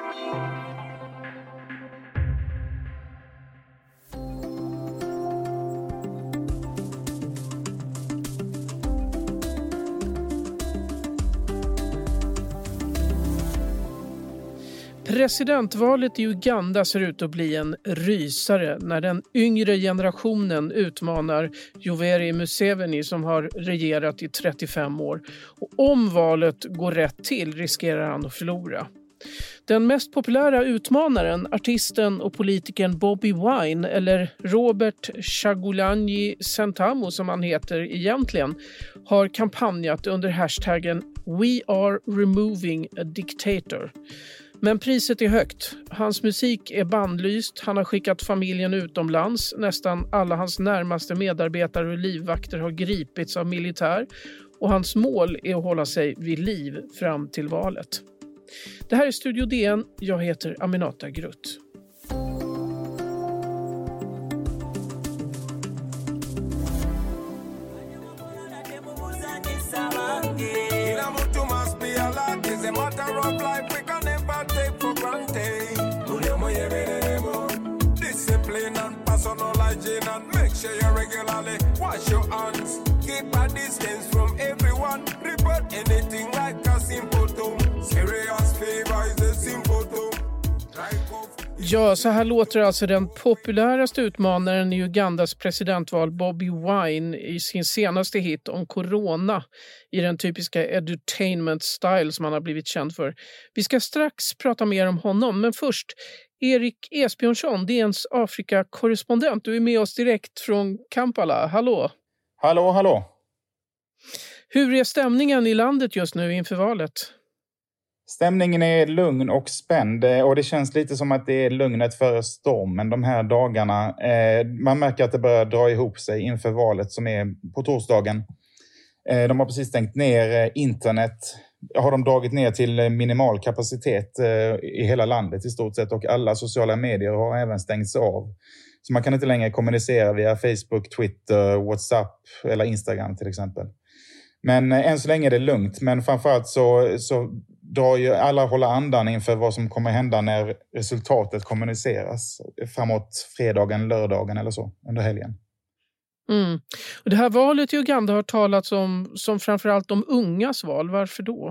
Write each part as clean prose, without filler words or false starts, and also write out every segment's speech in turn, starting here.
Presidentvalet i Uganda ser ut att bli en rysare när den yngre generationen utmanar Yoweri Museveni som har regerat i 35 år. Och om valet går rätt till riskerar han att förlora. Den mest populära utmanaren, artisten och politikern Bobi Wine eller Robert Kyagulanyi Ssentamu som han heter egentligen, har kampanjat under hashtaggen We are removing a dictator. Men priset är högt. Hans musik är bannlyst, han har skickat familjen utomlands, nästan alla hans närmaste medarbetare och livvakter har gripits av militär och hans mål är att hålla sig vid liv fram till valet. Det här är Studio DN, jag heter Aminata Grutt. Ja, så här låter alltså den populäraste utmanaren i Ugandas presidentval Bobi Wine i sin senaste hit om corona i den typiska edutainment style som han har blivit känd för. Vi ska strax prata mer om honom, men först Erik Esbjörnsson, DNs Afrika-korrespondent. Du är med oss direkt från Kampala. Hallå! Hallå, hallå! Hur är stämningen i landet just nu inför valet? Stämningen är lugn och spänd och det känns lite som att det är lugnet före stormen de här dagarna. Man märker att det börjar dra ihop sig inför valet som är på torsdagen. De har precis stängt ner internet. Har de dragit ner till minimal kapacitet i hela landet i stort sett och alla sociala medier har även stängts av. Så man kan inte längre kommunicera via Facebook, Twitter, WhatsApp eller Instagram till exempel. Men än så länge är det lugnt, men framförallt så drar ju alla hålla andan inför vad som kommer hända när resultatet kommuniceras framåt fredagen, lördagen eller så under helgen. Mm. Och det här valet i Uganda har talats om som framförallt de ungas val. Varför då?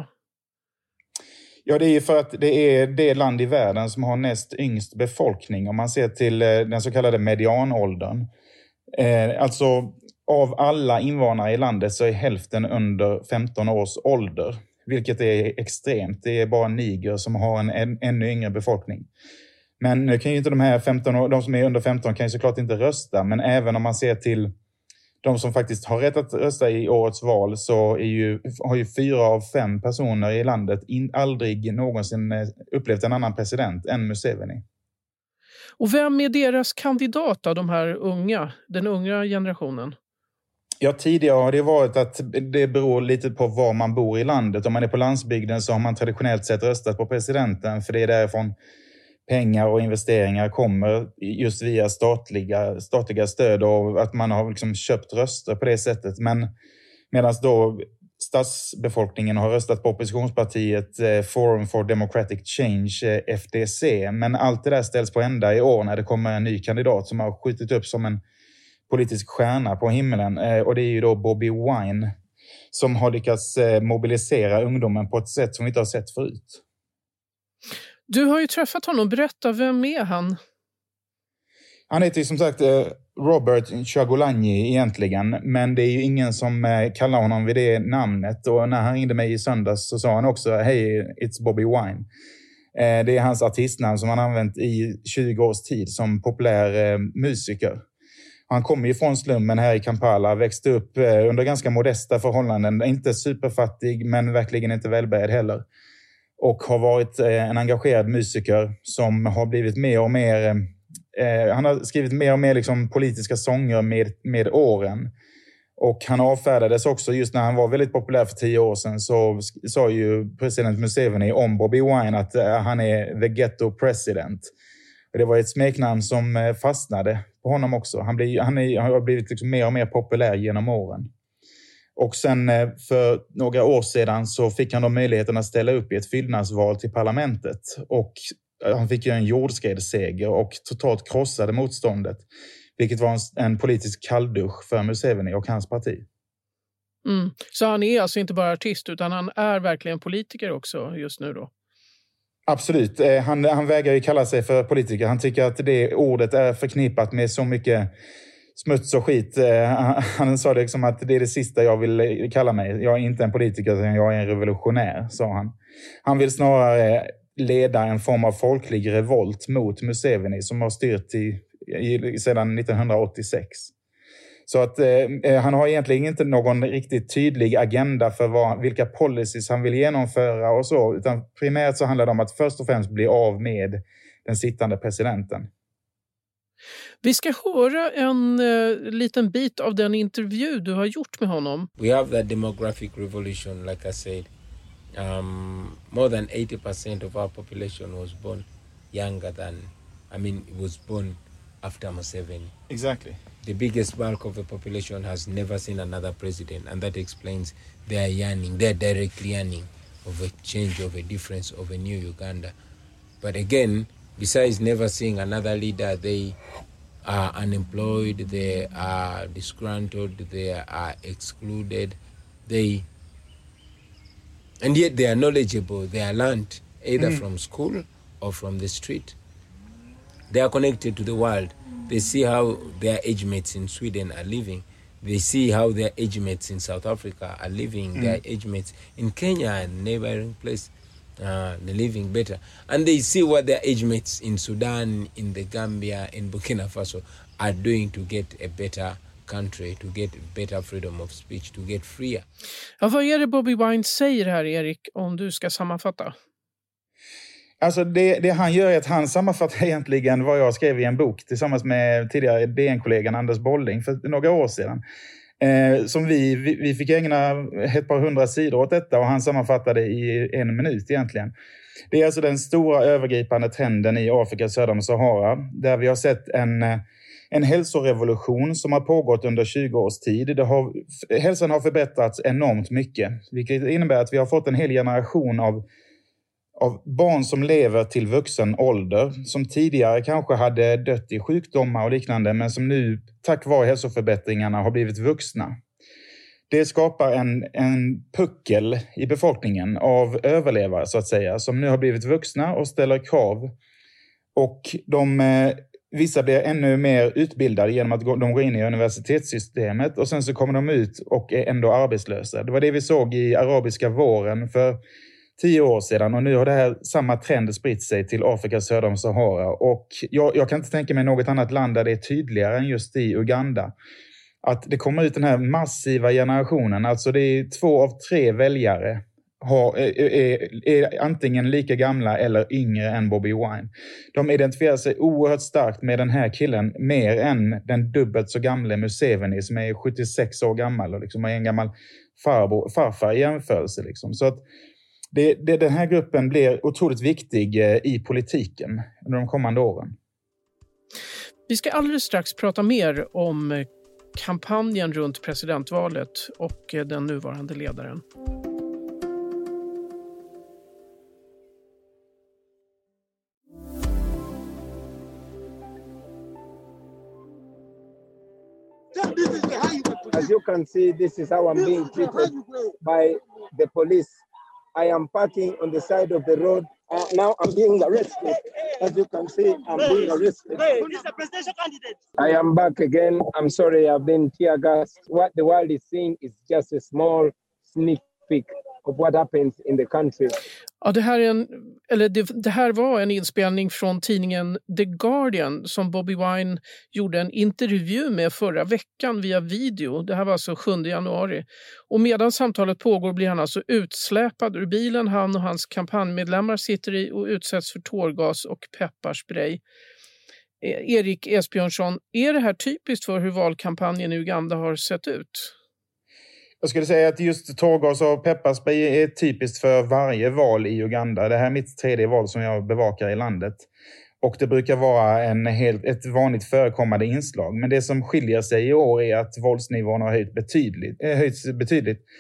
Ja, det är ju för att det är det land i världen som har näst yngst befolkning om man ser till den så kallade medianåldern. Alltså av alla invånare i landet så är hälften under 15 års ålder. Vilket är extremt. Det är bara Niger som har en ännu yngre befolkning. Men nu kan ju inte de som är under 15 kan ju såklart inte rösta. Men även om man ser till de som faktiskt har rätt att rösta i årets val så har ju 4 av 5 personer i landet aldrig någonsin upplevt en annan president än Museveni. Och vem är deras kandidat av de här den unga generationen? Ja, tidigare har det varit att det beror lite på var man bor i landet. Om man är på landsbygden så har man traditionellt sett röstat på presidenten för det är därifrån pengar och investeringar kommer just via statliga stöd och att man har liksom köpt röster på det sättet. Men medan då stadsbefolkningen har röstat på oppositionspartiet Forum for Democratic Change, FDC. Men allt det där ställs på ända i år när det kommer en ny kandidat som har skjutit upp som en politisk stjärna på himlen. Och det är ju då Bobi Wine som har lyckats mobilisera ungdomen på ett sätt som vi inte har sett förut. Du har ju träffat honom. Berätta, vem är han? Han heter som sagt Robert Kyagulanyi egentligen. Men det är ju ingen som kallar honom vid det namnet. Och när han ringde mig i söndags så sa han också Hey, it's Bobi Wine. Det är hans artistnamn som han använt i 20 års tid som populär musiker. Han kommer ju från slummen här i Kampala, växte upp under ganska modesta förhållanden. Inte superfattig men verkligen inte välbärgad heller. Och har varit en engagerad musiker som har blivit mer och mer... han har skrivit mer och mer liksom politiska sånger med åren. Och han avfärdades också just när han var väldigt populär för 10 år sedan så sa ju president Museveni om Bobi Wine att han är the ghetto president. Och det var ett smeknamn som fastnade på honom också. Han har blivit liksom mer och mer populär genom åren. Och sen för några år sedan så fick han då möjligheten att ställa upp i ett fyllnadsval till parlamentet. Och han fick ju en jordskredsseger och totalt krossade motståndet. Vilket var en politisk kalldusch för Museveni och hans parti. Så han är alltså inte bara artist utan han är verkligen politiker också just nu då? Absolut. Han vägrar ju kalla sig för politiker. Han tycker att det ordet är förknippat med så mycket smuts och skit. Han sa det liksom att det är det sista jag vill kalla mig. Jag är inte en politiker utan jag är en revolutionär, sa han. Han vill snarare leda en form av folklig revolt mot Museveni som har styrt sedan 1986. Så att han har egentligen inte någon riktigt tydlig agenda för vilka policies han vill genomföra och så. Utan primärt så handlar det om att först och främst bli av med den sittande presidenten. Vi ska höra en liten bit av den intervju du har gjort med honom. We have that demographic revolution, like I said. More than 80% of our population was born younger than, was born after Museveni. Exactly. The biggest bulk of the population has never seen another president, and that explains their yearning, their direct yearning of a change, of a difference, of a new Uganda. But again, besides never seeing another leader, they are unemployed, they are disgruntled, they are excluded, and yet they are knowledgeable, they are learned either from school or from the street. They are connected to the world. They see how their age mates in Sweden are living. They see how their age mates in South Africa are living. Their age mates in Kenya and neighboring place, they're living better. And they see what their age mates in Sudan, in the Gambia, in Burkina Faso are doing to get a better country, to get better freedom of speech, to get freer. Ja, vad är det Bobby Wine säger här, Erik, om du ska sammanfatta? Alltså det han gör är att han sammanfattar egentligen vad jag skrev i en bok tillsammans med tidigare DN-kollegan Anders Bolling för några år sedan. Som vi fick ägna ett par 100 sidor åt detta och han sammanfattade i 1 minut egentligen. Det är alltså den stora övergripande trenden i Afrika söder om Sahara där vi har sett en hälsorevolution som har pågått under 20 års tid. Hälsan har förbättrats enormt mycket, vilket innebär att vi har fått en hel generation av barn som lever till vuxen ålder, som tidigare kanske hade dött i sjukdomar och liknande, men som nu tack vare hälsoförbättringarna har blivit vuxna. Det skapar en puckel i befolkningen av överlevare så att säga, som nu har blivit vuxna och ställer krav. Och vissa blir ännu mer utbildade genom att de går in i universitetssystemet och sen så kommer de ut och är ändå arbetslösa. Det var det vi såg i arabiska våren för 10 år sedan och nu har det här samma trend spritt sig till Afrika söder om Sahara. Och jag kan inte tänka mig något annat land där det är tydligare än just i Uganda. Att det kommer ut den här massiva generationen, alltså det är 2 av 3 väljare är antingen lika gamla eller yngre än Bobby Wine. De identifierar sig oerhört starkt med den här killen mer än den dubbelt så gamla Museveni som är 76 år gammal och liksom är en gammal farfar i jämförelse. Liksom. Så att den här gruppen blir otroligt viktig i politiken under de kommande åren. Vi ska alldeles strax prata mer om kampanjen runt presidentvalet och den nuvarande ledaren. As you can see, this is how I'm being treated by the police. I am parking on the side of the road. Now I'm being arrested. As you can see, I'm being arrested. Who is the presidential candidate? I am back again. I'm sorry, I've been tear gassed. What the world is seeing is just a small sneak peek of what happens in the country. Ja, det här var en inspelning från tidningen The Guardian som Bobby Wine gjorde en intervju med förra veckan via video. Det här var alltså 7 januari. Och medan samtalet pågår blir han alltså utsläpad ur bilen. Han och hans kampanjmedlemmar sitter i och utsätts för tårgas och pepparspray. Erik Esbjörnsson, är det här typiskt för hur valkampanjen i Uganda har sett ut? Jag skulle säga att just tårgas och pepparspray är typiskt för varje val i Uganda. Det här är mitt 3:e val som jag bevakar i landet. Och det brukar vara ett vanligt förekommande inslag. Men det som skiljer sig i år är att våldsnivån har höjts betydligt.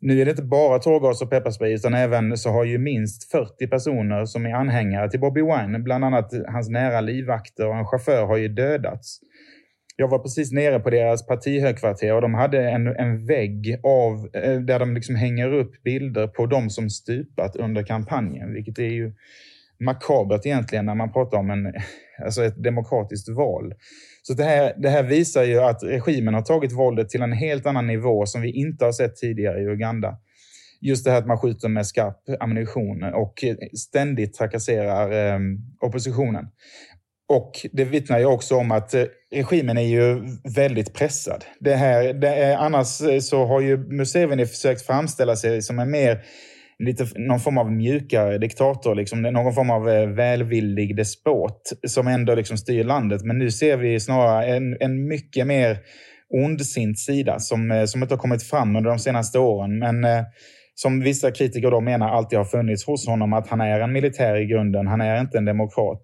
Nu är det inte bara tårgas och pepparspray, utan även så har ju minst 40 personer som är anhängare till Bobby Wine, bland annat hans nära livvakter och en chaufför, har ju dödats. Jag var precis nere på deras partihögkvarter och de hade en vägg av, där de liksom hänger upp bilder på de som stupat under kampanjen, vilket är ju makabert egentligen när man pratar om ett demokratiskt val. Så det här visar ju att regimen har tagit våldet till en helt annan nivå som vi inte har sett tidigare i Uganda. Just det här att man skjuter med skarp ammunition och ständigt trakasserar oppositionen. Och det vittnar ju också om att regimen är ju väldigt pressad. Annars så har ju Museveni försökt framställa sig som någon form av mjukare diktator, liksom någon form av välvillig despot som ändå liksom styr landet. Men nu ser vi snarare en mycket mer ondsint sida som inte har kommit fram under de senaste åren. Men som vissa kritiker då menar alltid har funnits hos honom, att han är en militär i grunden, han är inte en demokrat.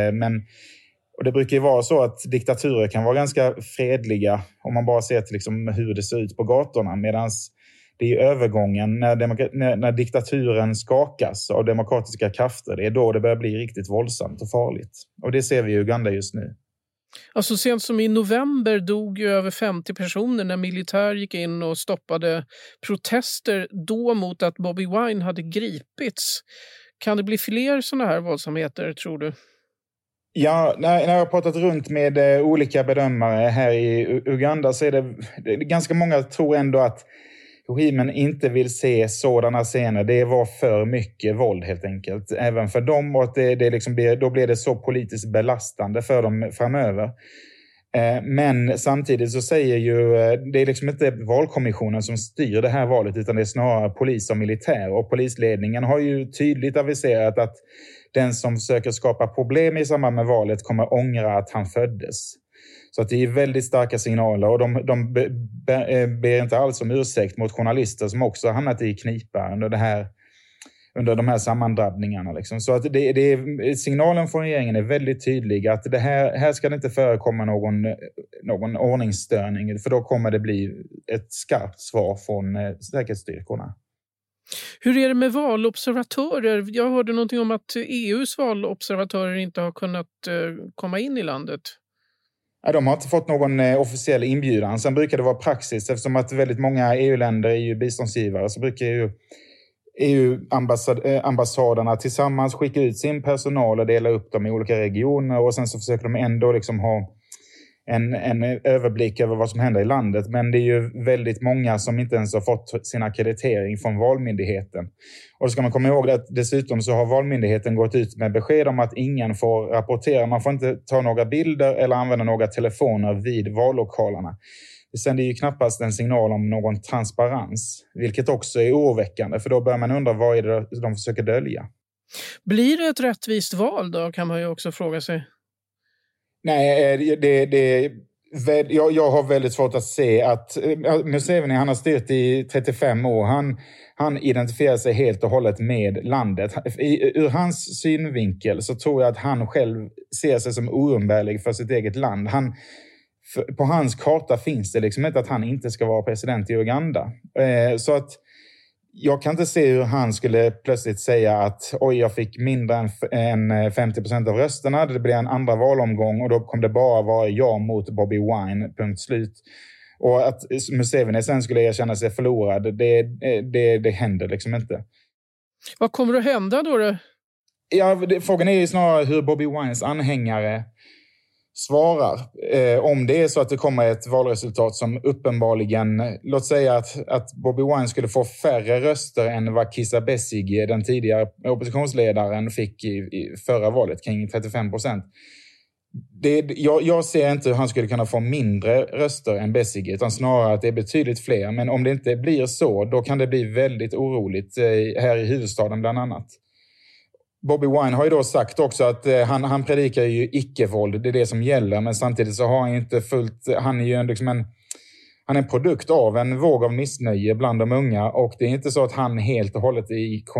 Och det brukar ju vara så att diktaturer kan vara ganska fredliga om man bara ser till liksom hur det ser ut på gatorna, medan det är övergången när diktaturen skakas av demokratiska krafter, det är då det börjar bli riktigt våldsamt och farligt. Och det ser vi i Uganda just nu. Alltså sent som i november dog ju över 50 personer när militär gick in och stoppade protester då mot att Bobby Wine hade gripits. Kan det bli fler sådana här våldsamheter, tror du? Ja, när jag har pratat runt med olika bedömare här i Uganda så är det ganska många tror ändå att regimen inte vill se sådana scener. Det var för mycket våld helt enkelt. Även för dem, och att då blir det så politiskt belastande för dem framöver. Men samtidigt så säger ju, det är liksom inte valkommissionen som styr det här valet, utan det är snarare polis och militär. Och polisledningen har ju tydligt aviserat att den som försöker skapa problem i samband med valet kommer ångra att han föddes. Så att det är väldigt starka signaler, och de ber inte alls om ursäkt mot journalister som också har hamnat i knipa under de här sammandrabbningarna. Liksom. Så att signalen från regeringen är väldigt tydlig att här ska det inte förekomma någon ordningsstörning, för då kommer det bli ett skarpt svar från säkerhetsstyrkorna. Hur är det med valobservatörer? Jag hörde någonting om att EUs valobservatörer inte har kunnat komma in i landet. Ja, de har inte fått någon officiell inbjudan. Sen brukar det vara praxis, eftersom att väldigt många EU-länder är ju biståndsgivare, så brukar ju EU-ambassaderna tillsammans skicka ut sin personal och dela upp dem i olika regioner, och sen så försöker de ändå liksom ha en överblick över vad som händer i landet. Men det är ju väldigt många som inte ens har fått sin akkreditering från valmyndigheten. Och då ska man komma ihåg att dessutom så har valmyndigheten gått ut med besked om att ingen får rapportera. Man får inte ta några bilder eller använda några telefoner vid vallokalerna. Det sänder ju knappast en signal om någon transparens, vilket också är oroväckande, för då börjar man undra vad är det de försöker dölja. Blir det ett rättvist val då, kan man ju också fråga sig. Nej, jag har väldigt svårt att se att Museveni, han har styrt i 35 år. Han identifierar sig helt och hållet med landet. Ur hans synvinkel så tror jag att han själv ser sig som oumbärlig för sitt eget land. På hans karta finns det liksom inte att han inte ska vara president i Uganda. Så att jag kan inte se hur han skulle plötsligt säga att jag fick mindre än 50% av rösterna. Det blir en andra valomgång och då kommer det bara vara ja mot Bobby Wine, punkt slut. Och att Museveni sen skulle erkänna sig förlorad, det händer liksom inte. Vad kommer att hända då? Ja, frågan är ju snarare hur Bobby Wines anhängare svarar. Om det är så att det kommer ett valresultat som uppenbarligen, låt säga att Bobby Wine skulle få färre röster än vad Kizza Besigye, den tidigare oppositionsledaren, fick i förra valet, kring 35%. Jag ser inte hur han skulle kunna få mindre röster än Besigye, utan snarare att det är betydligt fler. Men om det inte blir så, då kan det bli väldigt oroligt här i huvudstaden bland annat. Bobby Wine har ju då sagt också att han predikar ju icke-våld, det är det som gäller, men samtidigt så har han ju inte han är ju liksom han är en produkt av en våg av missnöje bland de unga, och det är inte så att han helt och hållet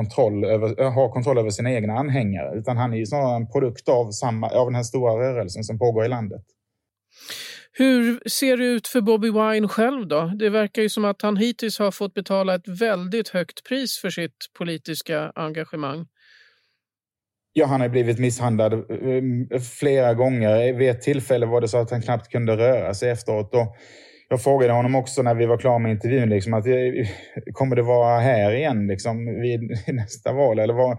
har kontroll över sina egna anhängare, utan han är ju snarare en produkt av den här stora rörelsen som pågår i landet. Hur ser det ut för Bobby Wine själv då? Det verkar ju som att han hittills har fått betala ett väldigt högt pris för sitt politiska engagemang. Ja, han har blivit misshandlad flera gånger. Vid ett tillfälle var det så att han knappt kunde röra sig efteråt. Och jag frågade honom också när vi var klara med intervjun liksom, att kommer det vara här igen liksom, vid nästa val? Eller vad?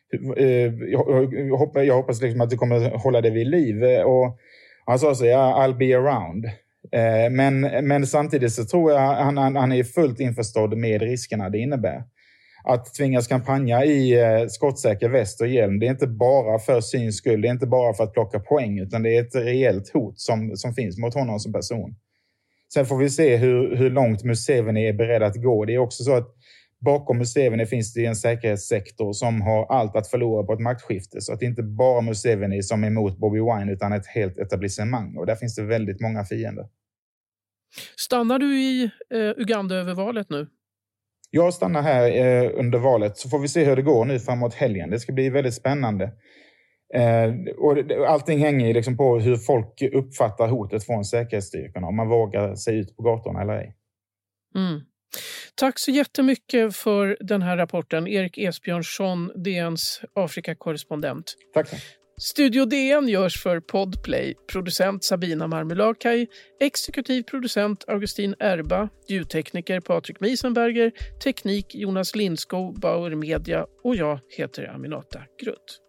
Jag hoppas liksom att du kommer hålla det vid liv. Och han sa så, ja, I'll be around. Men samtidigt så tror jag han är fullt införstådd med riskerna det innebär. Att tvingas kampanja i skottsäker väst och hjälm, det är inte bara för syns skull, det är inte bara för att plocka poäng, utan det är ett reellt hot som finns mot honom som person. Sen får vi se hur långt Museveni är beredd att gå. Det är också så att bakom Museveni finns det en säkerhetssektor som har allt att förlora på ett maktskifte. Så att det inte bara Museveni som är emot Bobby Wine utan ett helt etablissemang. Och där finns det väldigt många fiender. Stannar du i Uganda över valet nu? Jag stannar här under valet, så får vi se hur det går nu framåt helgen. Det ska bli väldigt spännande. Och allting hänger liksom på hur folk uppfattar hotet från säkerhetsstyrkorna. Om man vågar sig ut på gatorna eller ej. Mm. Tack så jättemycket för den här rapporten. Erik Esbjörnsson, DNs Afrikakorrespondent. Tack. Studio DN görs för Podplay. Producent Sabina Marmelakai, exekutiv producent Augustin Erba, ljudtekniker Patrik Miesenberger, teknik Jonas Lindskog, Bauer Media och jag heter Aminata Grutt.